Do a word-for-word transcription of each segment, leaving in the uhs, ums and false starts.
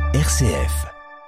R C F.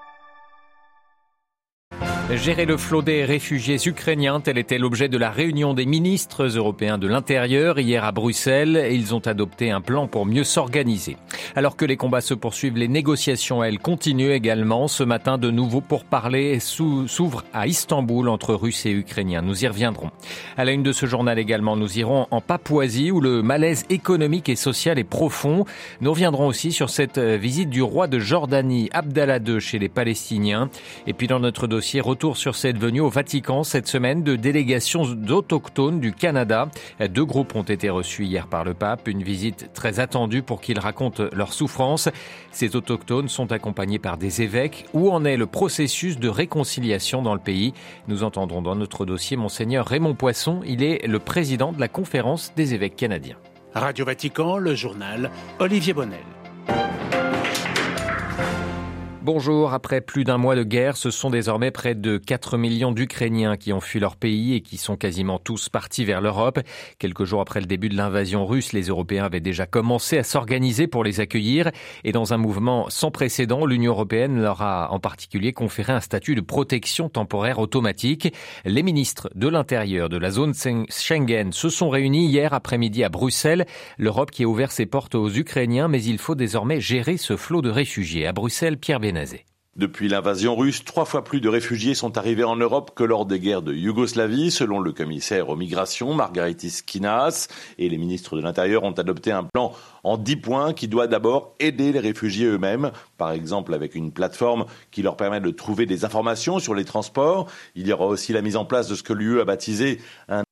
Gérer le flot des réfugiés ukrainiens, tel était l'objet de la réunion des ministres européens de l'Intérieur hier à Bruxelles. Ils ont adopté un plan pour mieux s'organiser. Alors que les combats se poursuivent, les négociations, elles, continuent également. Ce matin, de nouveau pourparlers s'ouvrent à Istanbul entre Russes et Ukrainiens. Nous y reviendrons. À la une de ce journal également, nous irons en Papouasie où le malaise économique et social est profond. Nous reviendrons aussi sur cette visite du roi de Jordanie, Abdallah deux, chez les Palestiniens. Et puis dans notre dossier, retour sur cette venue au Vatican cette semaine de délégations d'autochtones du Canada. Deux groupes ont été reçus hier par le pape. Une visite très attendue pour qu'ils racontent leurs souffrances. Ces autochtones sont accompagnés par des évêques. Où en est le processus de réconciliation dans le pays? Nous entendrons dans notre dossier Monseigneur Raymond Poisson. Il est le président de la Conférence des évêques canadiens. Radio Vatican, le journal Olivier Bonnel. Bonjour, après plus d'un mois de guerre, ce sont désormais près de quatre millions d'Ukrainiens qui ont fui leur pays et qui sont quasiment tous partis vers l'Europe. Quelques jours après le début de l'invasion russe, les Européens avaient déjà commencé à s'organiser pour les accueillir. Et dans un mouvement sans précédent, l'Union européenne leur a en particulier conféré un statut de protection temporaire automatique. Les ministres de l'Intérieur de la zone Schengen se sont réunis hier après-midi à Bruxelles. L'Europe qui a ouvert ses portes aux Ukrainiens, mais il faut désormais gérer ce flot de réfugiés. À Bruxelles, Pierre Bénazé. Depuis l'invasion russe, trois fois plus de réfugiés sont arrivés en Europe que lors des guerres de Yougoslavie, selon le commissaire aux migrations, Margaritis Schinas. Et les ministres de l'Intérieur ont adopté un plan en dix points qui doit d'abord aider les réfugiés eux-mêmes, par exemple avec une plateforme qui leur permet de trouver des informations sur les transports. Il y aura aussi la mise en place de ce que l'U E a baptisé un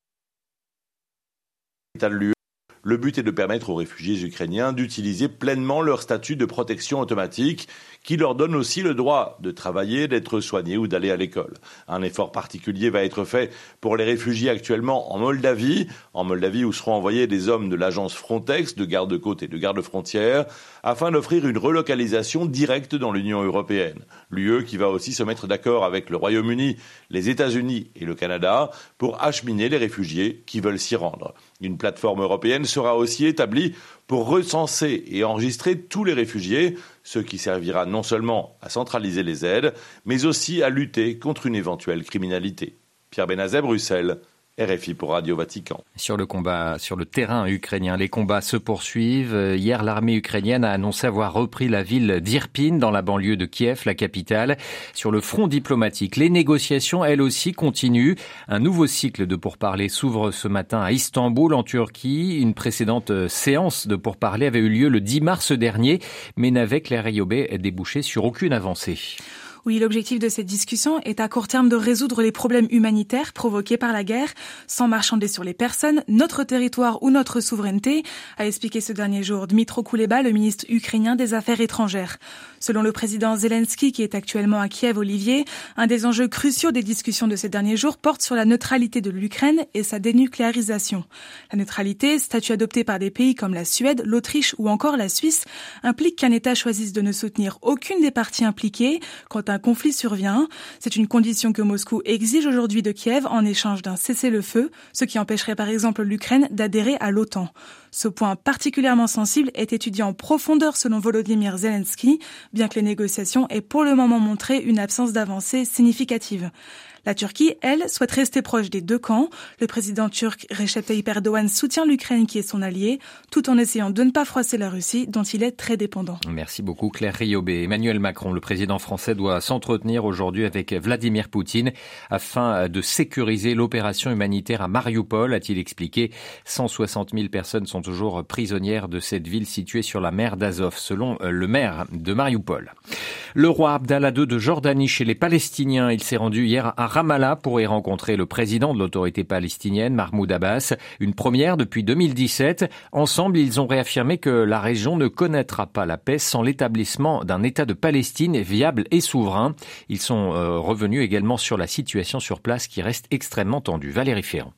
état de l'U E. Le but est de permettre aux réfugiés ukrainiens d'utiliser pleinement leur statut de protection automatique qui leur donne aussi le droit de travailler, d'être soignés ou d'aller à l'école. Un effort particulier va être fait pour les réfugiés actuellement en Moldavie, en Moldavie où seront envoyés des hommes de l'agence Frontex, de garde-côtes et de garde-frontières, afin d'offrir une relocalisation directe dans l'Union européenne. L'U E qui va aussi se mettre d'accord avec le Royaume-Uni, les États-Unis et le Canada pour acheminer les réfugiés qui veulent s'y rendre. Une plateforme européenne sera aussi établie pour recenser et enregistrer tous les réfugiés, ce qui servira non seulement à centraliser les aides, mais aussi à lutter contre une éventuelle criminalité. Pierre Bénazet, Bruxelles. R F I pour Radio Vatican. Sur le combat, sur le terrain ukrainien, les combats se poursuivent. Hier, l'armée ukrainienne a annoncé avoir repris la ville d'Irpin, dans la banlieue de Kiev, la capitale. Sur le front diplomatique, les négociations, elles aussi, continuent. Un nouveau cycle de pourparlers s'ouvre ce matin à Istanbul, en Turquie. Une précédente séance de pourparlers avait eu lieu le dix mars dernier, mais n'avait, Claire Riobé, débouché sur aucune avancée. Oui, l'objectif de cette discussion est à court terme de résoudre les problèmes humanitaires provoqués par la guerre, sans marchander sur les personnes, notre territoire ou notre souveraineté, a expliqué ce dernier jour Dmytro Kuleba, le ministre ukrainien des Affaires étrangères. Selon le président Zelensky, qui est actuellement à Kiev, Olivier, un des enjeux cruciaux des discussions de ces derniers jours porte sur la neutralité de l'Ukraine et sa dénucléarisation. La neutralité, statut adopté par des pays comme la Suède, l'Autriche ou encore la Suisse, implique qu'un État choisisse de ne soutenir aucune des parties impliquées quand un conflit survient. C'est une condition que Moscou exige aujourd'hui de Kiev en échange d'un cessez-le-feu, ce qui empêcherait par exemple l'Ukraine d'adhérer à l'OTAN. Ce point particulièrement sensible est étudié en profondeur selon Volodymyr Zelensky, bien que les négociations aient pour le moment montré une absence d'avancée significative. La Turquie, elle, souhaite rester proche des deux camps. Le président turc Recep Tayyip Erdogan soutient l'Ukraine qui est son allié, tout en essayant de ne pas froisser la Russie, dont il est très dépendant. Merci beaucoup Claire Riobé. Emmanuel Macron, le président français, doit s'entretenir aujourd'hui avec Vladimir Poutine afin de sécuriser l'opération humanitaire à Mariupol, a-t-il expliqué. cent soixante mille personnes sont toujours prisonnières de cette ville située sur la mer d'Azov, selon le maire de Mariupol. Le roi Abdallah deux de Jordanie chez les Palestiniens, il s'est rendu hier à Ramallah pour y rencontrer le président de l'autorité palestinienne, Mahmoud Abbas. Une première depuis deux mille dix-sept. Ensemble, ils ont réaffirmé que la région ne connaîtra pas la paix sans l'établissement d'un État de Palestine viable et souverain. Ils sont euh, revenus également sur la situation sur place qui reste extrêmement tendue. Valérie Ferrand.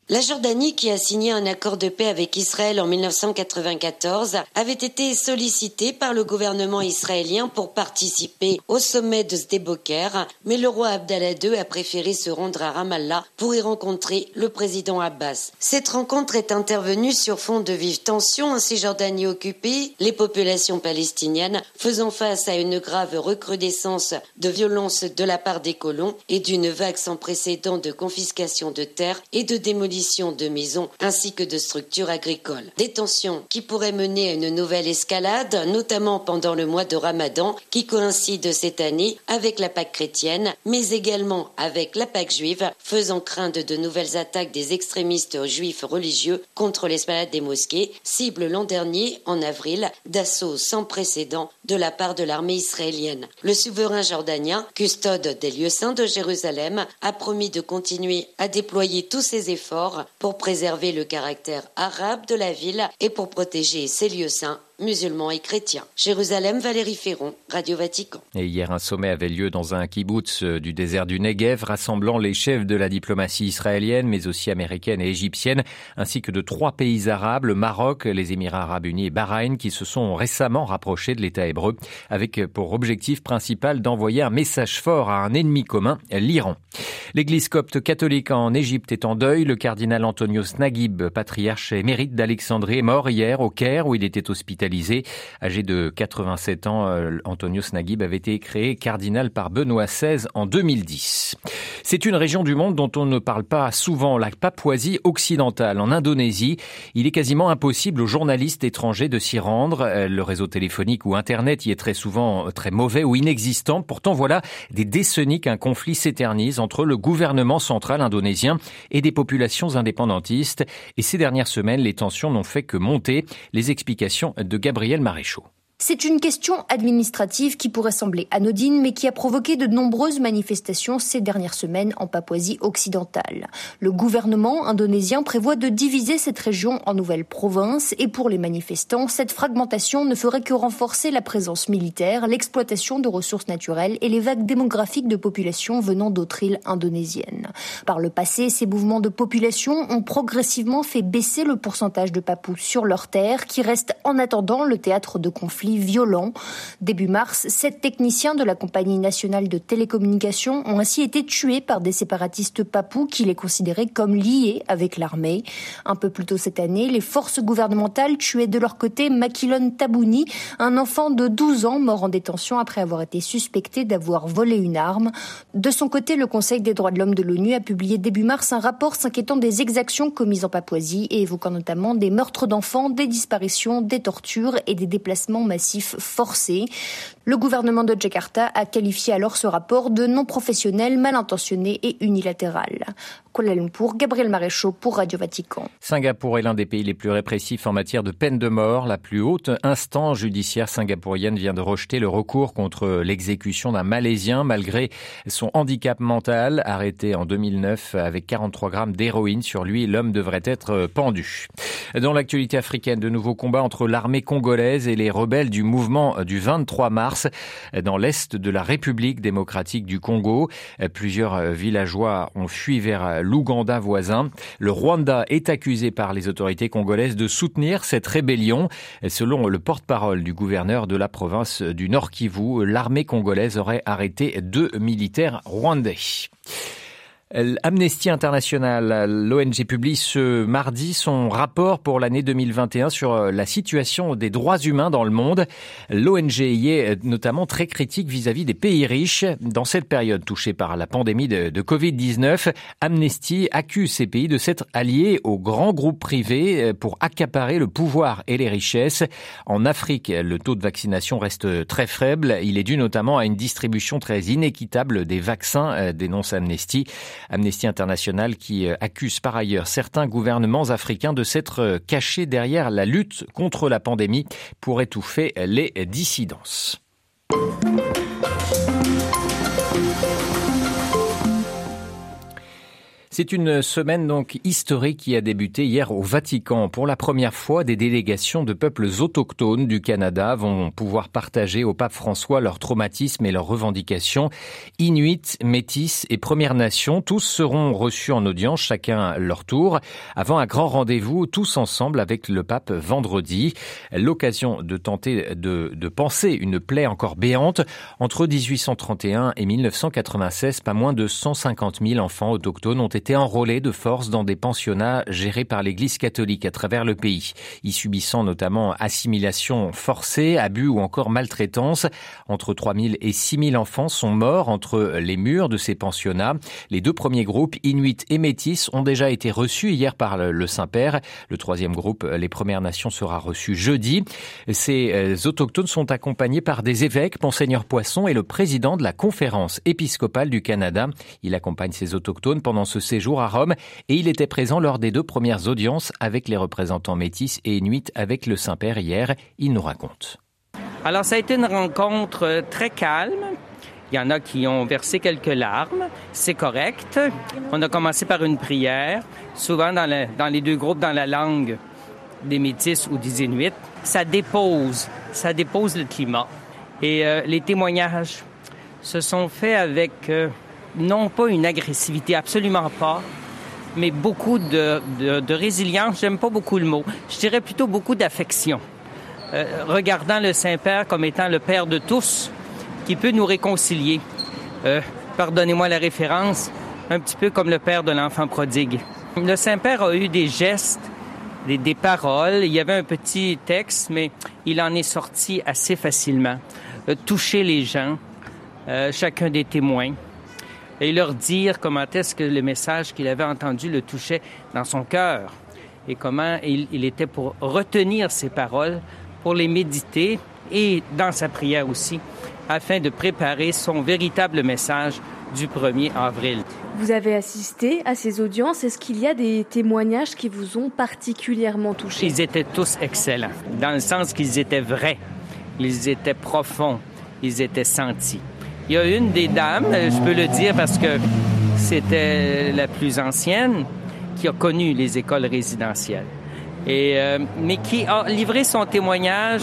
La Jordanie, qui a signé un accord de paix avec Israël en mille neuf cent quatre-vingt-quatorze, avait été sollicitée par le gouvernement israélien pour participer au sommet de Sde-Boker, mais le roi Abdallah deux a préféré se rendre à Ramallah pour y rencontrer le président Abbas. Cette rencontre est intervenue sur fond de vives tensions en Cisjordanie occupée, les populations palestiniennes faisant face à une grave recrudescence de violence de la part des colons et d'une vague sans précédent de confiscation de terres et de démolition de maisons ainsi que de structures agricoles. Des tensions qui pourraient mener à une nouvelle escalade, notamment pendant le mois de Ramadan qui coïncide cette année avec la Pâque chrétienne, mais également avec la Pâque juive, faisant craindre de nouvelles attaques des extrémistes juifs religieux contre l'esplanade des mosquées, cible l'an dernier, en avril, d'assauts sans précédent de la part de l'armée israélienne. Le souverain jordanien, custode des lieux saints de Jérusalem, a promis de continuer à déployer tous ses efforts pour préserver le caractère arabe de la ville et pour protéger ses lieux saints musulmans et chrétiens. Jérusalem, Valérie Ferron, Radio Vatican. Et hier, un sommet avait lieu dans un kibboutz du désert du Negev, rassemblant les chefs de la diplomatie israélienne, mais aussi américaine et égyptienne, ainsi que de trois pays arabes, le Maroc, les Émirats arabes unis et Bahreïn, qui se sont récemment rapprochés de l'État hébreu, avec pour objectif principal d'envoyer un message fort à un ennemi commun, l'Iran. L'église copte catholique en Égypte est en deuil. Le cardinal Antonios Naguib, patriarche émérite d'Alexandrie, est mort hier au Caire, où il était hospitalisé. Âgé de quatre-vingt-sept ans, Antonios Naguib avait été créé cardinal par Benoît seize en deux mille dix. C'est une région du monde dont on ne parle pas souvent, la Papouasie occidentale. En Indonésie, il est quasiment impossible aux journalistes étrangers de s'y rendre. Le réseau téléphonique ou Internet y est très souvent très mauvais ou inexistant. Pourtant, voilà des décennies qu'un conflit s'éternise entre le gouvernement central indonésien et des populations indépendantistes. Et ces dernières semaines, les tensions n'ont fait que monter. Les explications de Gabriel Maréchaux. C'est une question administrative qui pourrait sembler anodine, mais qui a provoqué de nombreuses manifestations ces dernières semaines en Papouasie occidentale. Le gouvernement indonésien prévoit de diviser cette région en nouvelles provinces et pour les manifestants, cette fragmentation ne ferait que renforcer la présence militaire, l'exploitation de ressources naturelles et les vagues démographiques de population venant d'autres îles indonésiennes. Par le passé, ces mouvements de population ont progressivement fait baisser le pourcentage de Papous sur leurs terres qui restent en attendant le théâtre de conflits violents. Début mars, sept techniciens de la compagnie nationale de télécommunications ont ainsi été tués par des séparatistes papous qui les considéraient comme liés avec l'armée. Un peu plus tôt cette année, les forces gouvernementales tuaient de leur côté Makilon Tabouni, un enfant de douze ans mort en détention après avoir été suspecté d'avoir volé une arme. De son côté, le Conseil des droits de l'homme de l'ONU a publié début mars un rapport s'inquiétant des exactions commises en Papouasie et évoquant notamment des meurtres d'enfants, des disparitions, des tortures et des déplacements massifs forcés. Le gouvernement de Jakarta a qualifié alors ce rapport de non professionnel, mal intentionné et unilatéral. Kuala Lumpur, Gabriel Maréchaux pour Radio Vatican. Singapour est l'un des pays les plus répressifs en matière de peine de mort. La plus haute instance judiciaire singapourienne vient de rejeter le recours contre l'exécution d'un Malaisien malgré son handicap mental. Arrêté en deux mille neuf avec quarante-trois grammes d'héroïne sur lui, l'homme devrait être pendu. Dans l'actualité africaine, de nouveaux combats entre l'armée congolaise et les rebelles du mouvement du vingt-trois mars dans l'est de la République démocratique du Congo. Plusieurs villageois ont fui vers l'Ouganda voisin. Le Rwanda est accusé par les autorités congolaises de soutenir cette rébellion. Selon le porte-parole du gouverneur de la province du Nord Kivu, l'armée congolaise aurait arrêté deux militaires rwandais. Amnesty International, l'O N G publie ce mardi son rapport pour l'année deux mille vingt et un sur la situation des droits humains dans le monde. L'O N G y est notamment très critique vis-à-vis des pays riches. Dans cette période touchée par la pandémie de, de covid dix-neuf, Amnesty accuse ces pays de s'être alliés aux grands groupes privés pour accaparer le pouvoir et les richesses. En Afrique, le taux de vaccination reste très faible. Il est dû notamment à une distribution très inéquitable des vaccins, dénonce Amnesty. Amnesty International qui accuse par ailleurs certains gouvernements africains de s'être cachés derrière la lutte contre la pandémie pour étouffer les dissidences. C'est une semaine donc historique qui a débuté hier au Vatican. Pour la première fois, des délégations de peuples autochtones du Canada vont pouvoir partager au pape François leur traumatisme et leurs revendications. Inuits, Métis et Premières Nations, tous seront reçus en audience, chacun leur tour, avant un grand rendez-vous tous ensemble avec le pape vendredi. L'occasion de tenter de, de panser une plaie encore béante. Entre dix-huit cent trente et un et mille neuf cent quatre-vingt-seize, pas moins de cent cinquante mille enfants autochtones ont été enrôlés de force dans des pensionnats gérés par l'Église catholique à travers le pays, y subissant notamment assimilation forcée, abus ou encore maltraitance. Entre trois mille et six mille enfants sont morts entre les murs de ces pensionnats. Les deux premiers groupes, Inuits et Métis, ont déjà été reçus hier par le Saint-Père. Le troisième groupe, les Premières Nations, sera reçu jeudi. Ces autochtones sont accompagnés par des évêques, Monseigneur Poisson et le président de la Conférence épiscopale du Canada. Il accompagne ces autochtones pendant ce séjour à Rome et il était présent lors des deux premières audiences avec les représentants métis et inuits avec le Saint-Père hier. Il nous raconte. Alors, ça a été une rencontre très calme. Il y en a qui ont versé quelques larmes. C'est correct. On a commencé par une prière, souvent dans, le, dans les deux groupes, dans la langue des Métis ou des Inuits. Ça dépose, ça dépose le climat. Et euh, les témoignages se sont faits avec... Euh, non pas une agressivité, absolument pas, mais beaucoup de, de, de résilience. J'aime pas beaucoup le mot. Je dirais plutôt beaucoup d'affection. Euh, regardant le Saint-Père comme étant le Père de tous, qui peut nous réconcilier. Euh, pardonnez-moi la référence, un petit peu comme le Père de l'enfant prodigue. Le Saint-Père a eu des gestes, des, des paroles. Il y avait un petit texte, mais il en est sorti assez facilement. Euh, toucher les gens, euh, chacun des témoins, et leur dire comment est-ce que le message qu'il avait entendu le touchait dans son cœur et comment il, il était pour retenir ces paroles, pour les méditer et dans sa prière aussi, afin de préparer son véritable message du premier avril. Vous avez assisté à ces audiences. Est-ce qu'il y a des témoignages qui vous ont particulièrement touché? Ils étaient tous excellents, dans le sens qu'ils étaient vrais, ils étaient profonds, ils étaient sentis. Il y a une des dames, je peux le dire parce que c'était la plus ancienne, qui a connu les écoles résidentielles, et, euh, mais qui a livré son témoignage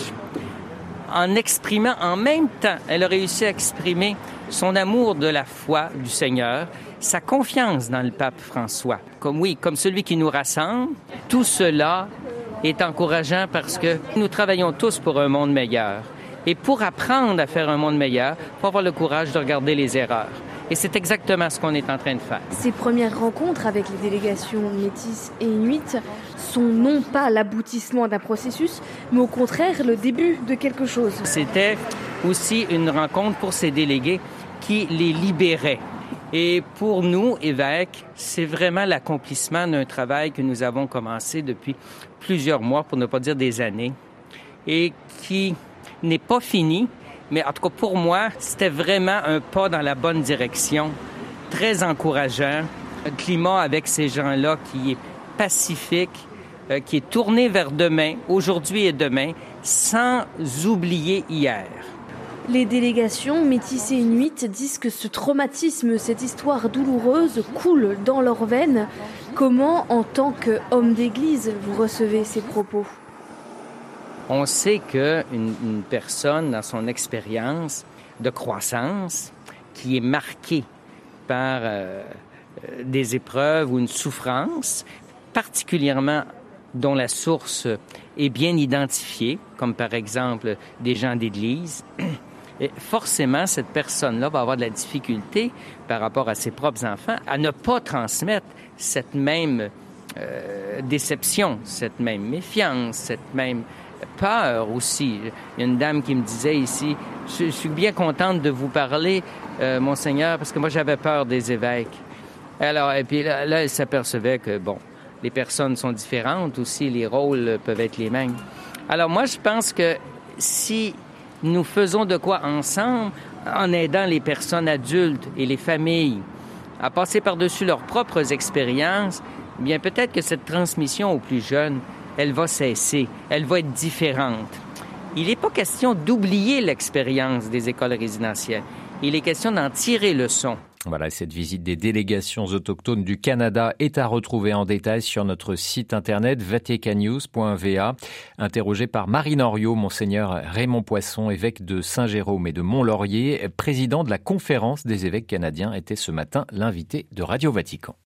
en exprimant en même temps, elle a réussi à exprimer son amour de la foi du Seigneur, sa confiance dans le pape François, comme oui, comme celui qui nous rassemble. Tout cela est encourageant parce que nous travaillons tous pour un monde meilleur. Et pour apprendre à faire un monde meilleur, il faut avoir le courage de regarder les erreurs. Et c'est exactement ce qu'on est en train de faire. Ces premières rencontres avec les délégations métis et inuites sont non pas l'aboutissement d'un processus, mais au contraire le début de quelque chose. C'était aussi une rencontre pour ces délégués qui les libérait. Et pour nous, évêques, c'est vraiment l'accomplissement d'un travail que nous avons commencé depuis plusieurs mois, pour ne pas dire des années, et qui n'est pas fini, mais en tout cas pour moi, c'était vraiment un pas dans la bonne direction, très encourageant. Un climat avec ces gens-là qui est pacifique, euh, qui est tourné vers demain, aujourd'hui et demain, sans oublier hier. Les délégations métis et inuites disent que ce traumatisme, cette histoire douloureuse coule dans leurs veines. Comment, en tant qu'homme d'église, vous recevez ces propos ? On sait qu'une une personne, dans son expérience de croissance, qui est marquée par euh, des épreuves ou une souffrance, particulièrement dont la source est bien identifiée, comme par exemple des gens d'église, et forcément, cette personne-là va avoir de la difficulté par rapport à ses propres enfants à ne pas transmettre cette même euh, déception, cette même méfiance, cette même peur aussi. Il y a une dame qui me disait ici, je, je suis bien contente de vous parler, euh, Monseigneur, parce que moi j'avais peur des évêques. Alors, et puis là, là, elle s'apercevait que, bon, les personnes sont différentes aussi, les rôles peuvent être les mêmes. Alors moi, je pense que si nous faisons de quoi ensemble, en aidant les personnes adultes et les familles à passer par-dessus leurs propres expériences, bien peut-être que cette transmission aux plus jeunes, elle va cesser, elle va être différente. Il n'est pas question d'oublier l'expérience des écoles résidentielles. Il est question d'en tirer leçon. Voilà, cette visite des délégations autochtones du Canada est à retrouver en détail sur notre site internet vaticannews point v a. Interrogé par Marine Henriot, Monseigneur Raymond Poisson, évêque de Saint-Jérôme et de Mont-Laurier, président de la conférence des évêques canadiens, était ce matin l'invité de Radio Vatican.